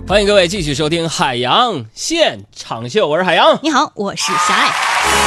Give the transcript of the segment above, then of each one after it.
欢迎各位继续收听海洋现场秀，我是海洋。 你好，我是小爱。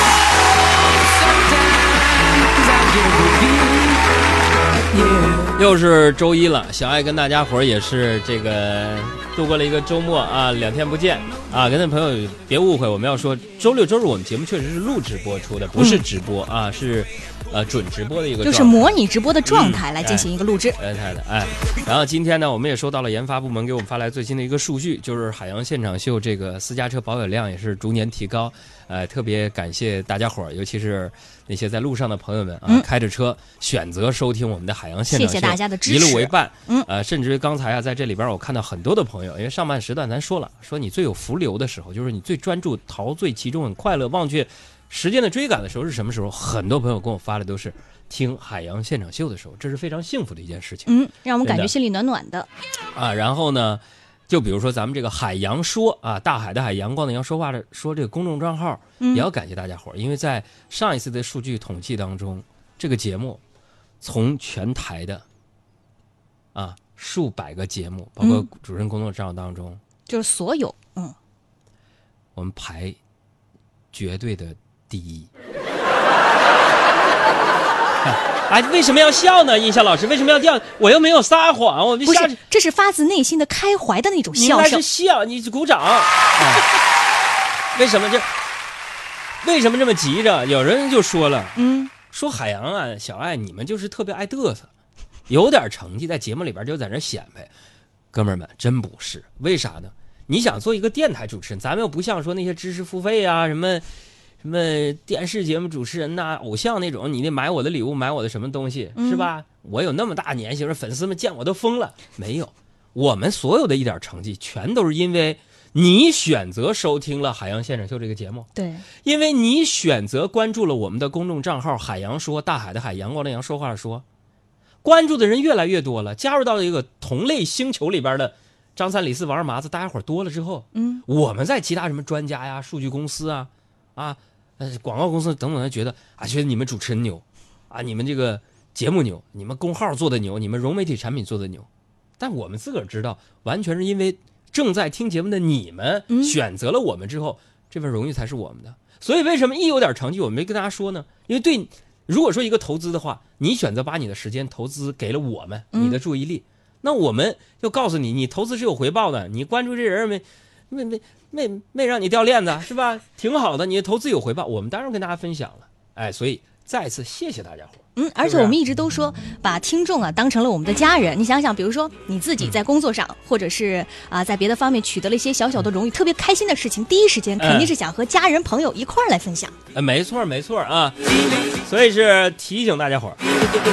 又是周一了，小爱跟大家伙也是这个度过了一个周末啊，2天不见啊，跟那朋友别误会，我们要说周六周日我们节目确实是录制播出的，不是直播啊，是准直播的一个状态， 就是模拟直播的状态来进行一个录制。 然后今天呢，我们也收到了研发部门给我们发来最新的一个数据，就是海洋现场秀这个私家车保有量也是逐年提高，特别感谢大家伙儿，尤其是那些在路上的朋友们啊，开着车选择收听我们的海洋现场秀， 谢谢大家的支持， 一路为伴。甚至于刚才啊，在这里边我看到很多的朋友，因为上半时段咱说了，说你最有浮流的时候，就是你最专注、陶醉其中、很快乐、忘却时间的追赶的时候是什么时候？很多朋友跟我发的都是听海洋现场秀的时候，这是非常幸福的一件事情。 让我们感觉心里暖暖的啊。然后呢，就比如说咱们这个海洋说啊，大海的海，阳光的阳，说话的说，这个公众账号也要感谢大家伙，因为在上一次的数据统计当中，这个节目从全台的数百个节目，包括主持人公众账号当中， 就是所有我们排绝对的第一。为什么要笑呢？印象老师为什么要掉？我又没有撒谎，我不是，这是发自内心的开怀的那种笑声。 你那是笑，你鼓掌。为什么这么急着？有人就说了，说海洋啊，小爱你们就是特别爱嘚瑟，有点成绩在节目里边就在那显摆。哥们儿们，真不是，为啥呢？你想做一个电台主持人，咱们又不像说那些知识付费啊，什么电视节目主持人呐、偶像那种，你得买我的礼物，买我的什么东西，是吧？我有那么大年薪，粉丝们见我都疯了。没有，我们所有的一点成绩，全都是因为你选择收听了海洋现场秀这个节目， 对， 因为你选择关注了我们的公众账号海洋说，大海的海，阳光的阳，说话的说，关注的人越来越多了，加入到一个同类星球里边的张三李四王二麻子，大家伙多了之后，我们在其他什么专家呀、数据公司啊、广告公司等等，觉得你们主持人牛啊，你们这个节目牛，你们公号做的牛，你们融媒体产品做的牛，但我们自个儿知道，完全是因为正在听节目的你们选择了我们之后，这份荣誉才是我们的。所以为什么一有点成绩我没跟大家说呢？因为如果说一个投资的话，你选择把你的时间投资给了我们，你的注意力，那我们就告诉你，你投资是有回报的，你关注这人没让你掉链子，是吧？挺好的，你的投资有回报，我们当然跟大家分享了。所以再次谢谢大家伙。 而且我们一直都说把听众当成了我们的家人。你想想，比如说你自己在工作上，或者是在别的方面取得了一些小小的荣誉，特别开心的事情，第一时间肯定是想和家人朋友一块儿来分享。 没错啊，所以是提醒大家伙。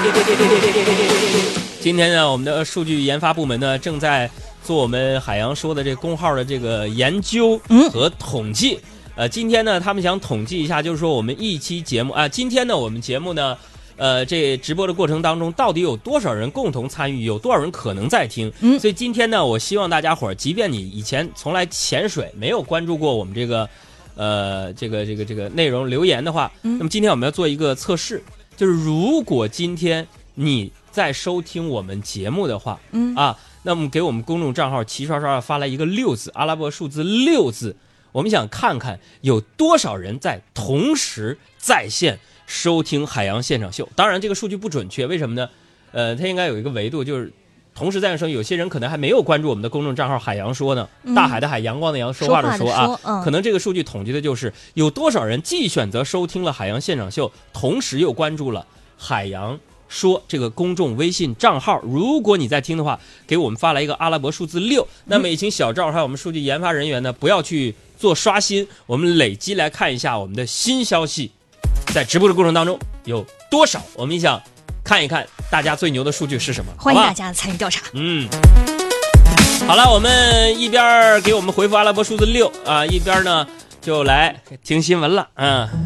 今天呢，我们的数据研发部门呢正在做我们海洋说的这个公号的这个研究和统计。今天呢，他们想统计一下，就是说我们一期节目今天呢，我们节目呢，这直播的过程当中，到底有多少人共同参与，有多少人可能在听？所以今天呢，我希望大家伙儿，即便你以前从来潜水，没有关注过我们这个这个内容留言的话，那么今天我们要做一个测试，就是如果今天你在收听我们节目的话，那么给我们公众账号齐刷刷发来一个6字，阿拉伯数字6字。我们想看看有多少人在同时在线收听海洋现场秀。当然这个数据不准确，为什么呢？它应该有一个维度，就是同时在线收，有些人可能还没有关注我们的公众账号海洋说呢，大海的海，阳光的阳，说话的说可能这个数据统计的就是有多少人既选择收听了海洋现场秀，同时又关注了海洋说这个公众微信账号。如果你在听的话，给我们发来一个阿拉伯数字6。那么也请小赵还有我们数据研发人员呢，不要去做刷新，我们累积来看一下我们的新消息在直播的过程当中有多少。我们想看一看大家最牛的数据是什么， 欢迎大家参与调查。 好了，我们一边给我们回复阿拉伯数字6一边呢就来听新闻了。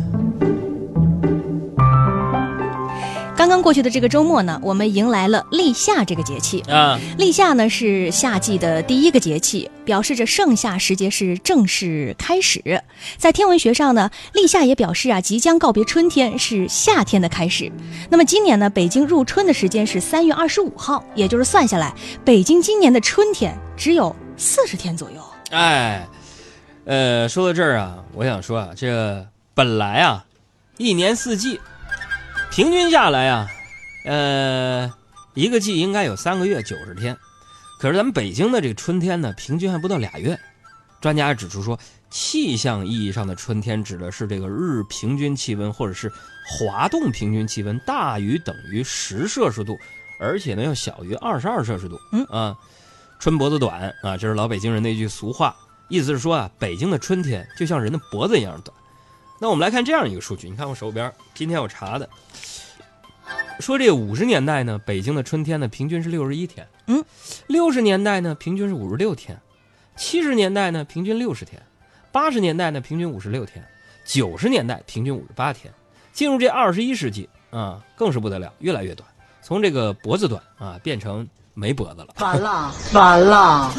刚刚过去的这个周末呢，我们迎来了立夏这个节气立夏呢是夏季的第一个节气，表示着盛夏时节是正式开始。在天文学上呢，立夏也表示即将告别春天，是夏天的开始。那么今年呢，北京入春的时间是3月25号，也就是算下来，北京今年的春天只有 40天左右。 哎，说到这儿啊，我想说啊，这本来啊，一年四季平均下来啊，一个季应该有3个月90天，可是咱们北京的这个春天呢，平均还不到2月。专家指出说，气象意义上的春天指的是这个日平均气温或者是滑动平均气温大于等于10摄氏度，而且呢要小于22摄氏度。春脖子短啊，这是老北京人的一句俗话，意思是说啊，北京的春天就像人的脖子一样短。那我们来看这样一个数据，你看我手边今天我查的，说这50年代呢，北京的春天呢平均是61天，60年代呢平均是56天，70年代呢平均60天，80年代呢平均56天，90年代平均58天。进入这21世纪啊，更是不得了，越来越短，从这个脖子短啊变成没脖子了。 完了。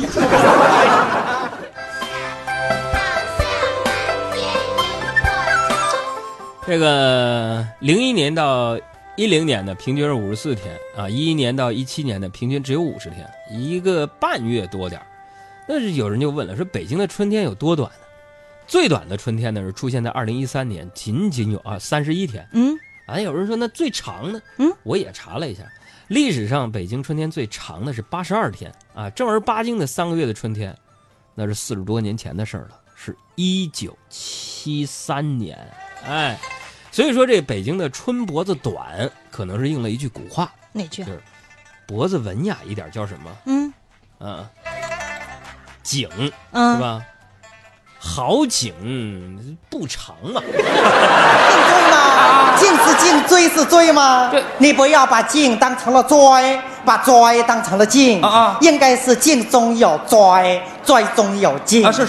这个01年到10年的平均是54天啊，11年到17年的平均只有50天，1个半月多点。但是有人就问了，说北京的春天有多短呢？最短的春天呢是出现在2013年，仅仅有31天。有人说那最长的，我也查了一下，历史上北京春天最长的是82天啊，正儿八经的3个月的春天，那是40多年前的事儿了，是1973年。所以说这北京的春脖子短，可能是应了一句古话。 哪句？ 就是脖子文雅一点叫什么？颈，是吧？好颈不长嘛。 颈椎吗？颈是颈，椎是椎吗？ 对， 你不要把颈当成了椎，把椎当成了颈应该是颈中有椎，椎中有颈是。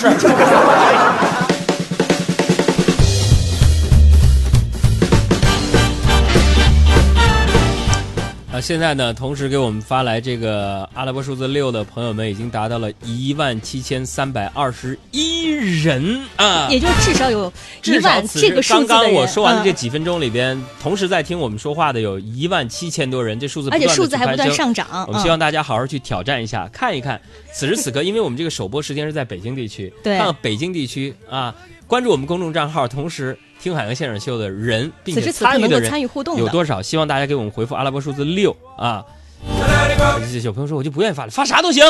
现在呢，同时给我们发来这个阿拉伯数字6的朋友们已经达到了17321人啊， 也就至少有1万这个数字的人。 刚刚我说完的这几分钟里边，同时在听我们说话的有17000多人，这数字不断地而且数字还不断上涨。 我们希望大家好好去挑战一下，看一看此时此刻，因为我们这个首播时间是在北京地区， 对， 看看北京地区啊，关注我们公众账号，同时听海洋现场秀的人，并且参与的人有多少？希望大家给我们回复阿拉伯数字6啊！小朋友说我就不愿意发了，发啥都行。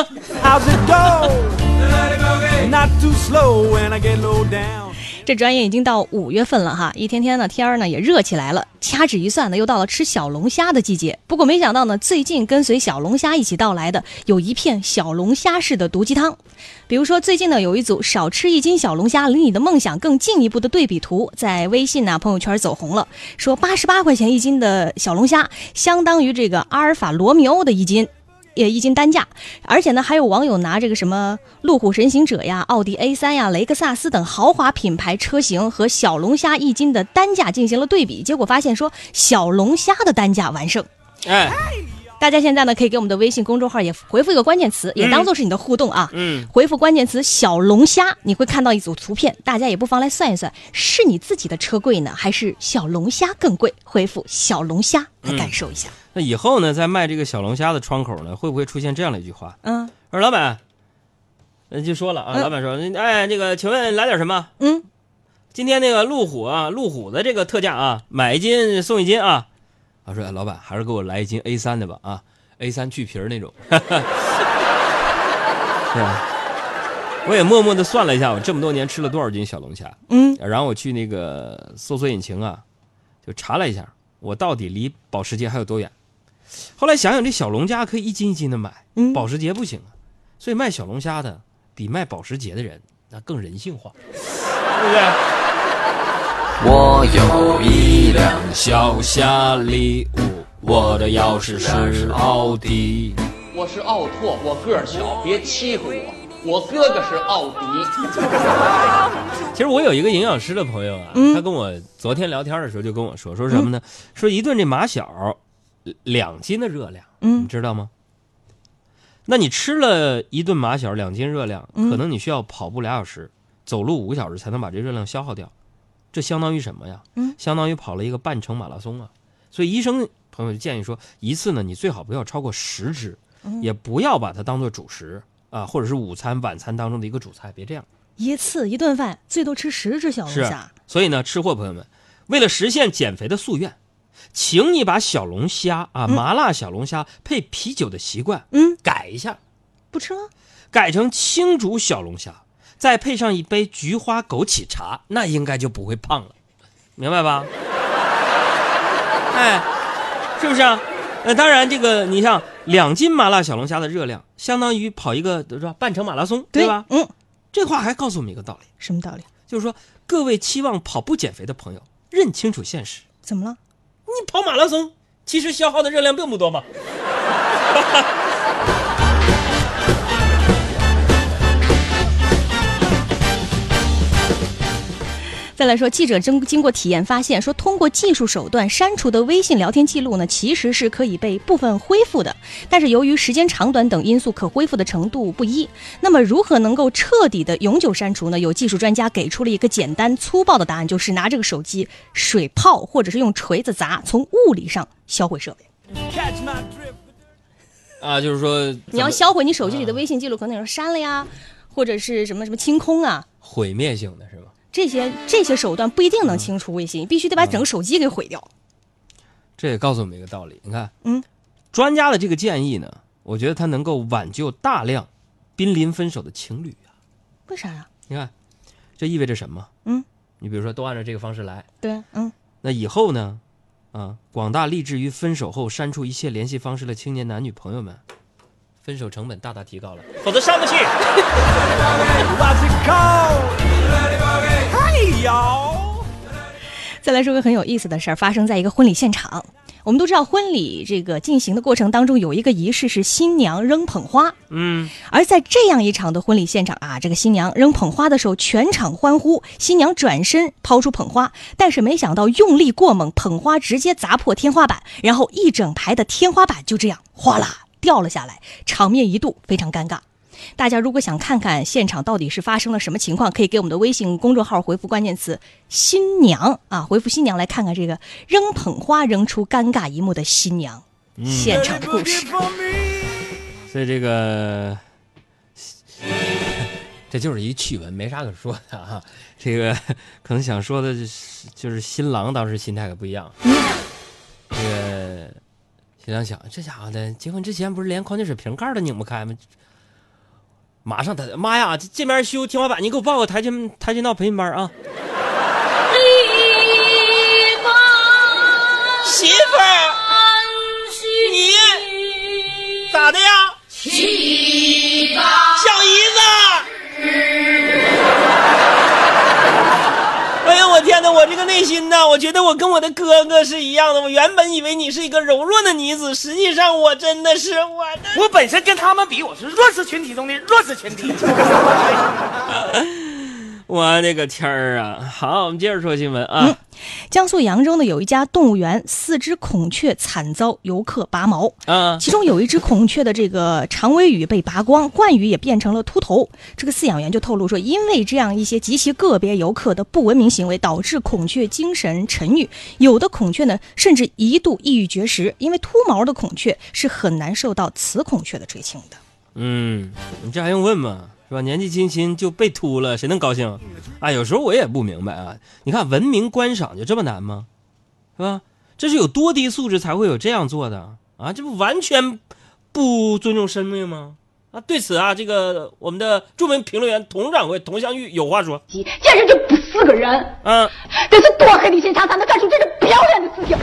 这转眼已经到5月份了哈，一天天呢天儿呢也热起来了，掐指一算呢又到了吃小龙虾的季节。不过没想到呢，最近跟随小龙虾一起到来的有一片小龙虾式的毒鸡汤。比如说最近呢有一组少吃1斤小龙虾离你的梦想更进一步的对比图在微信朋友圈走红了，说88块钱1斤的小龙虾相当于这个阿尔法罗密欧的1斤单价。而且呢还有网友拿这个什么路虎神行者呀、奥迪 A3 呀、雷克萨斯等豪华品牌车型和小龙虾1斤的单价进行了对比，结果发现说小龙虾的单价完胜。大家现在呢可以给我们的微信公众号也回复一个关键词，也当做是你的互动啊。回复关键词小龙虾，你会看到一组图片，大家也不妨来算一算，是你自己的车贵呢，还是小龙虾更贵？回复小龙虾来感受一下。 那以后呢，在卖这个小龙虾的窗口呢，会不会出现这样的一句话？说老板，就说了啊，老板说，这个请问来点什么？今天那个路虎的这个特价啊，买1斤送1斤啊。说老板还是给我来1斤 A3 的吧啊 ，A3 去皮儿那种。是吧？我也默默的算了一下，我这么多年吃了多少斤小龙虾。然后我去那个搜索引擎啊，就查了一下，我到底离保时捷还有多远。后来想想，这小龙虾可以1斤1斤的买，保时捷不行啊，所以卖小龙虾的比卖保时捷的人那更人性化，对不对？我有一辆小夏利5，我的钥匙是奥迪。 我是奥拓，我个儿小，别欺负我。我哥哥是奥迪。 其实我有一个营养师的朋友啊，他跟我昨天聊天的时候就跟我说什么呢？说一顿这马小2斤的热量，你知道吗？那你吃了一顿马小2斤热量，可能你需要跑步2小时，走路5个小时才能把这热量消耗掉。这相当于什么呀？相当于跑了一个半程马拉松啊！所以医生朋友就建议说，一次呢你最好不要超过10只，也不要把它当做主食啊，或者是午餐、晚餐当中的一个主菜，别这样。 一次一顿饭最多吃10只小龙虾。 所以呢，吃货朋友们，为了实现减肥的夙愿，请你把小龙虾啊，麻辣小龙虾配啤酒的习惯，改一下， 不吃了， 改成清煮小龙虾，再配上一杯菊花枸杞茶，那应该就不会胖了，明白吧？哎，是不是啊？当然，这个你像2斤麻辣小龙虾的热量，相当于跑一个是吧半程马拉松，对吧？这话还告诉我们一个道理， 什么道理？ 就是说，各位期望跑步减肥的朋友，认清楚现实。 怎么了？ 你跑马拉松，其实消耗的热量并不多嘛。 再来说，记者经过体验发现，说通过技术手段删除的微信聊天记录呢，其实是可以被部分恢复的，但是由于时间长短等因素，可恢复的程度不一。那么如何能够彻底的永久删除呢？有技术专家给出了一个简单粗暴的答案，就是拿这个手机水泡或者是用锤子砸，从物理上销毁设备。 啊，就是说你要销毁你手机里的微信记录，可能有删了呀，或者是什么清空啊， 毁灭性的是吗？ 这些手段不一定能清除微信，必须得把整个手机给毁掉。 这也告诉我们一个道理，你看，专家的这个建议呢，我觉得它能够挽救大量濒临分手的情侣啊。 为啥呀？ 你看，这意味着什么？你比如说都按照这个方式来， 对， 那以后呢，广大立志于分手后删除一切联系方式的青年男女朋友们，分手成本大大提高了，否则上不去。 再来说个很有意思的事儿，发生在一个婚礼现场。我们都知道，婚礼这个进行的过程当中，有一个仪式是新娘扔捧花。而在这样一场的婚礼现场啊，这个新娘扔捧花的时候，全场欢呼，新娘转身抛出捧花，但是没想到用力过猛，捧花直接砸破天花板，然后一整排的天花板就这样哗啦掉了下来，场面一度非常尴尬。大家如果想看看现场到底是发生了什么情况，可以给我们的微信公众号回复关键词新娘啊，回复新娘来看看这个扔捧花扔出尴尬一幕的新娘现场的故事。 所以这个这就是一趣闻，没啥可说的啊。这个可能想说的就是新郎当时心态可不一样。这个新郎想，这家伙的结婚之前不是连矿泉水瓶盖都拧不开吗？马上他妈呀，这边修天花板，你给我报个跆拳道培训班啊！媳妇儿，你咋的呀？小姨子！哎呀，我天哪！我这个内心呢，我觉得我跟我的哥哥是一样的。我原本以为你是一个柔弱的女子，实际上我真的是我本身跟他们比，我是弱势群体中的弱势群体。 我那个天儿啊！好，我们接着说新闻啊。 江苏扬州呢有一家动物园，4只孔雀惨遭游客拔毛其中有一只孔雀的这个长尾羽被拔光，冠羽也变成了秃头。这个饲养员就透露说，因为这样一些极其个别游客的不文明行为，导致孔雀精神沉郁，有的孔雀呢甚至一度抑郁绝食，因为秃毛的孔雀是很难受到雌孔雀的追求的。 你这还用问吗？是吧？年纪轻轻就被秃了，谁能高兴啊？有时候我也不明白啊。你看文明观赏就这么难吗？是吧？这是有多低素质才会有这样做的啊？这不完全不尊重生命吗？啊，对此啊，这个我们的著名评论员佟掌柜佟湘玉有话说： 简直就不是个人！这是多黑的现场才能干出这种不要脸的事情。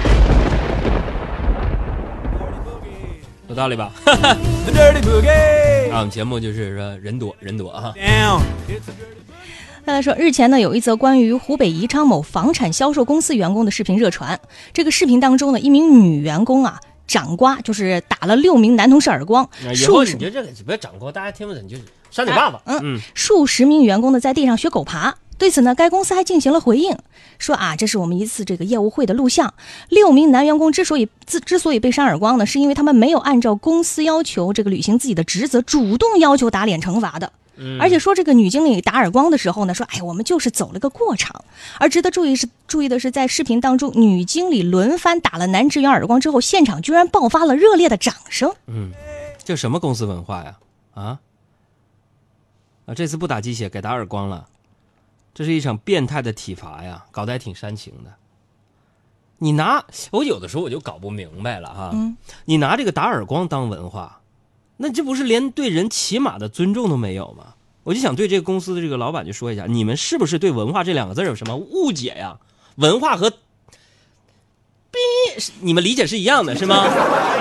有道理吧？我们节目就是说人多啊。 再来说，日前呢有一则关于湖北宜昌某房产销售公司员工的视频热传。这个视频当中呢，一名女员工啊掌掴，就是打了6名男同事耳光。 以后你就这个别掌掴，大家听不懂你就扇嘴巴子。 数十名员工呢在地上学狗爬。对此呢，该公司还进行了回应，说啊，这是我们一次这个业务会的录像。6名男员工之所以被扇耳光呢，是因为他们没有按照公司要求这个履行自己的职责，主动要求打脸惩罚的。而且说这个女经理打耳光的时候呢，说哎，我们就是走了个过场。而值得注意的是，在视频当中，女经理轮番打了男职员耳光之后，现场居然爆发了热烈的掌声。 这什么公司文化呀？啊， 啊，这次不打鸡血，改打耳光了。这是一场变态的体罚呀，搞得还挺煽情的。我有的时候我就搞不明白了哈，你拿这个打耳光当文化，那这不是连对人起码的尊重都没有吗？我就想对这个公司的这个老板就说一下，你们是不是对文化这两个字有什么误解呀？文化和你们理解是一样的是吗？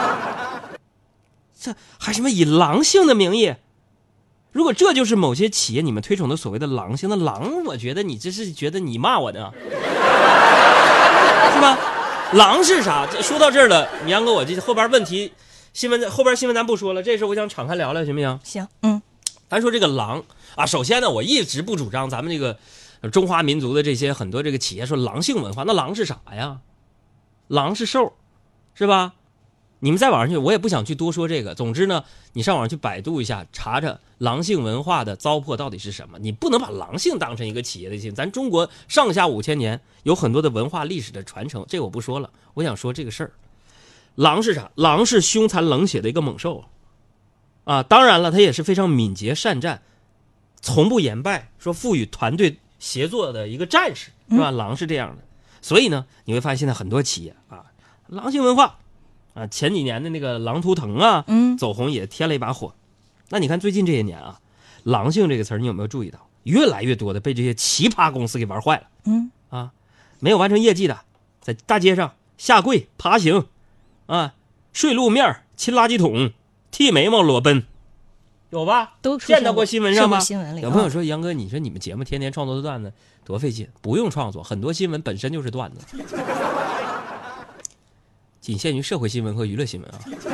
这还什么以狼性的名义？如果这就是某些企业你们推崇的所谓的狼性，那狼我觉得你这是觉得你骂我呢是吧？狼是啥？说到这儿了，米阳哥，我这后边问题后边新闻咱不说了，这事我想敞开聊聊，行不行？ 行， 咱说这个狼啊，首先呢，我一直不主张咱们这个中华民族的这些很多这个企业说狼性文化，那狼是啥呀？狼是兽，是吧？你们在网上去，我也不想去多说这个。总之呢，你上网去百度一下，查查狼性文化的糟粕到底是什么。你不能把狼性当成一个企业的性。咱中国上下5000年有很多的文化历史的传承，这个我不说了。我想说这个事儿，狼是啥？狼是凶残冷血的一个猛兽啊！当然了，它也是非常敏捷善战，从不言败，说赋予团队协作的一个战士，是吧？狼是这样的。所以呢，你会发现现在很多企业啊，狼性文化。啊，前几年的那个狼图腾啊，走红也添了一把火。那你看最近这些年啊，狼性这个词儿，你有没有注意到，越来越多的被这些奇葩公司给玩坏了？没有完成业绩的，在大街上下跪、爬行，啊，睡路面、亲垃圾桶、剃眉毛、裸奔，有吧？ 都见到过新闻上吗？ 新闻里有朋友说，杨哥，你说你们节目天天创作的段子多费劲，不用创作，很多新闻本身就是段子。仅限于社会新闻和娱乐新闻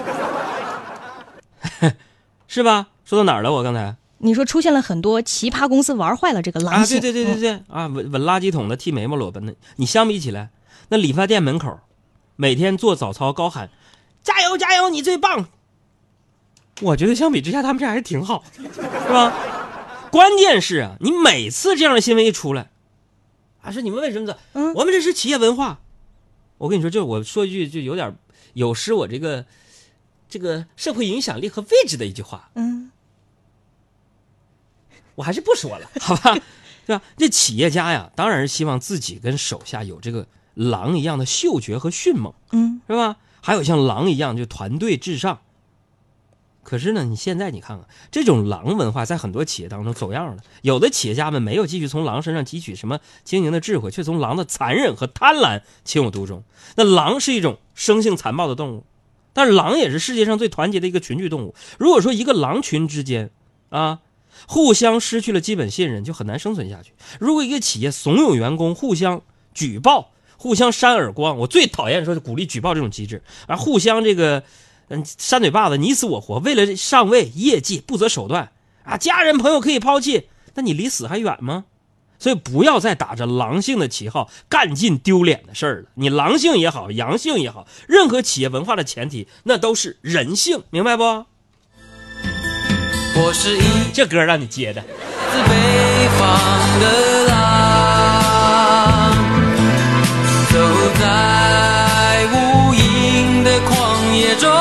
啊，是吧？说到哪儿了？我刚才你说出现了很多奇葩公司玩坏了这个狼性， 对啊，稳垃圾桶的、剃眉毛、裸奔的。你相比起来，那理发店门口每天做早操高喊加油加油，你最棒，我觉得相比之下他们这还是挺好，是吧？关键是啊，你每次这样的新闻一出来，啊，说你们为什么的？我们这是企业文化。我跟你说，就是我说一句就有点有失我这个社会影响力和位置的一句话，我还是不说了，好吧？对吧？这企业家呀，当然是希望自己跟手下有这个狼一样的嗅觉和迅猛，是吧？还有像狼一样就团队至上。可是呢，你现在你看看这种狼文化在很多企业当中走样了，有的企业家们没有继续从狼身上汲取什么经营的智慧，却从狼的残忍和贪婪情有独钟。那狼是一种生性残暴的动物，但是狼也是世界上最团结的一个群居动物。如果说一个狼群之间啊互相失去了基本信任，就很难生存下去。如果一个企业怂恿员工互相举报、互相扇耳光，我最讨厌说鼓励举报这种机制，而互相这个扇嘴巴子，你死我活，为了上位业绩不择手段啊！家人朋友可以抛弃，但你离死还远吗？所以不要再打着狼性的旗号干尽丢脸的事儿了。你狼性也好，阳性也好，任何企业文化的前提那都是人性，明白不？我是这歌让你接的。自北方的狼，走在无垠的旷野中。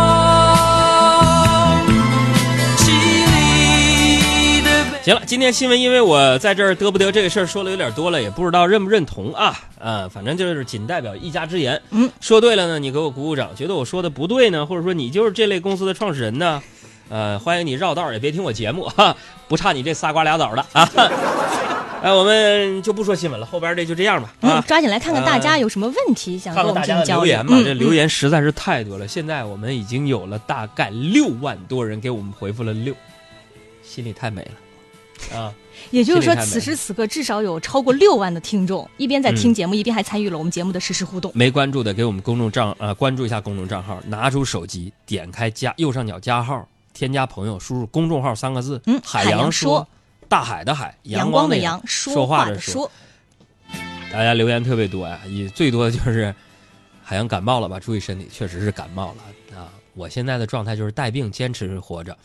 行了，今天新闻因为我在这儿得不得这个事儿说了有点多了，也不知道认不认同啊。反正就是仅代表一家之言。说对了呢，你给我鼓鼓掌；觉得我说的不对呢，或者说你就是这类公司的创始人呢，欢迎你绕道也别听我节目哈，不差你这仨瓜俩枣的啊。我们就不说新闻了，后边这就这样吧。 抓紧来看看大家有什么问题想跟我们进行交流。 看看大家的留言吧，这留言实在是太多了。现在我们已经有了大概6万多人给我们回复了6，心里太美了。 也就是说此时此刻至少有超过6万的听众一边在听节目，一边还参与了我们节目的实时互动。 没关注的给我们关注一下公众账号，拿出手机点开右上角加号，添加朋友，输入公众号3个字，海洋说，大海的海，阳光的阳，说话的说。大家留言特别多呀，最多的就是海洋感冒了吧，注意身体，确实是感冒了啊。我现在的状态就是带病坚持活着。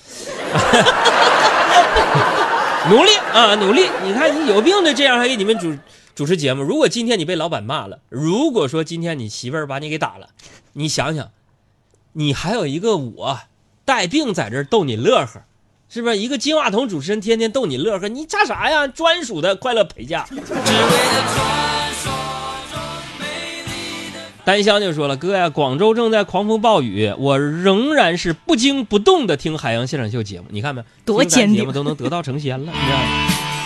努力啊，努力！你看你有病的这样还给你们主持节目。如果今天你被老板骂了，如果说今天你媳妇儿把你给打了，你想想，你还有一个我带病在这儿逗你乐呵， 是不是？一个金话筒主持人天天逗你乐呵，你炸啥呀？专属的快乐陪嫁。丹香就说了，哥呀，广州正在狂风暴雨，我仍然是不惊不动的听海洋现场秀节目，你看没？ 多坚定， 节目都能得道成仙了，你知道吗？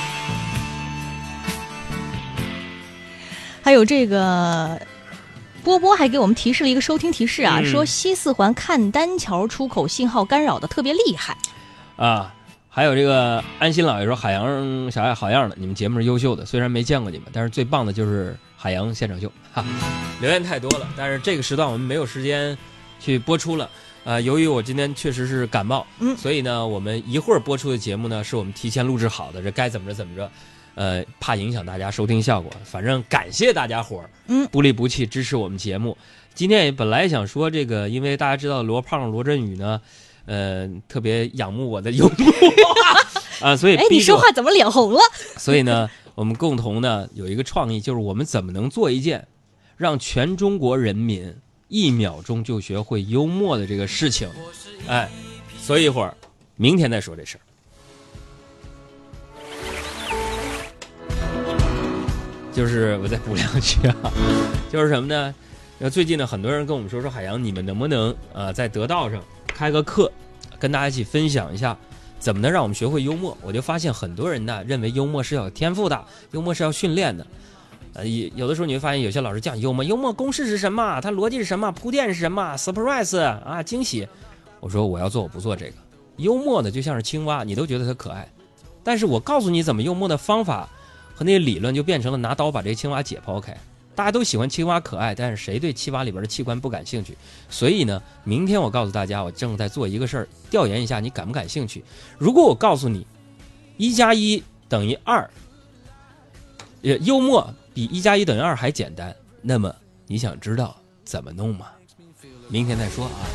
还有这个波波还给我们提示了一个收听提示啊，说西四环看丹桥出口信号干扰的特别厉害啊。还有这个安心老爷说，海洋小爱好样的，你们节目是优秀的，虽然没见过你们，但是最棒的就是海洋现场秀哈。留言太多了，但是这个时段我们没有时间去播出了。由于我今天确实是感冒，所以呢，我们一会儿播出的节目呢，是我们提前录制好的，这该怎么着，怕影响大家收听效果。反正感谢大家伙儿，不离不弃支持我们节目。今天也本来想说这个，因为大家知道罗胖罗振宇呢，特别仰慕我的幽默啊，所以你说话怎么脸红了？ 所以呢，我们共同呢有一个创意，就是我们怎么能做一件让全中国人民1秒钟就学会幽默的这个事情。所以一会儿明天再说这事儿。就是我再补两句啊，就是什么呢？最近呢，很多人跟我们说海洋，你们能不能在得道上开个课，跟大家一起分享一下怎么能让我们学会幽默。我就发现很多人呢认为幽默是要有天赋的，幽默是要训练的。有的时候你会发现有些老师讲幽默公式是什么，它逻辑是什么，铺垫是什么 ，surprise 啊，惊喜。我说我要做，我不做这个。幽默呢就像是青蛙，你都觉得它可爱，但是我告诉你怎么幽默的方法和那些理论就变成了拿刀把这个青蛙解剖开。大家都喜欢青蛙可爱，但是谁对青蛙里边的器官不感兴趣？所以呢，明天我告诉大家，我正在做一个事儿，调研一下你感不感兴趣。如果我告诉你1+1等于2，幽默比1+1等于2还简单，那么你想知道怎么弄吗？明天再说啊。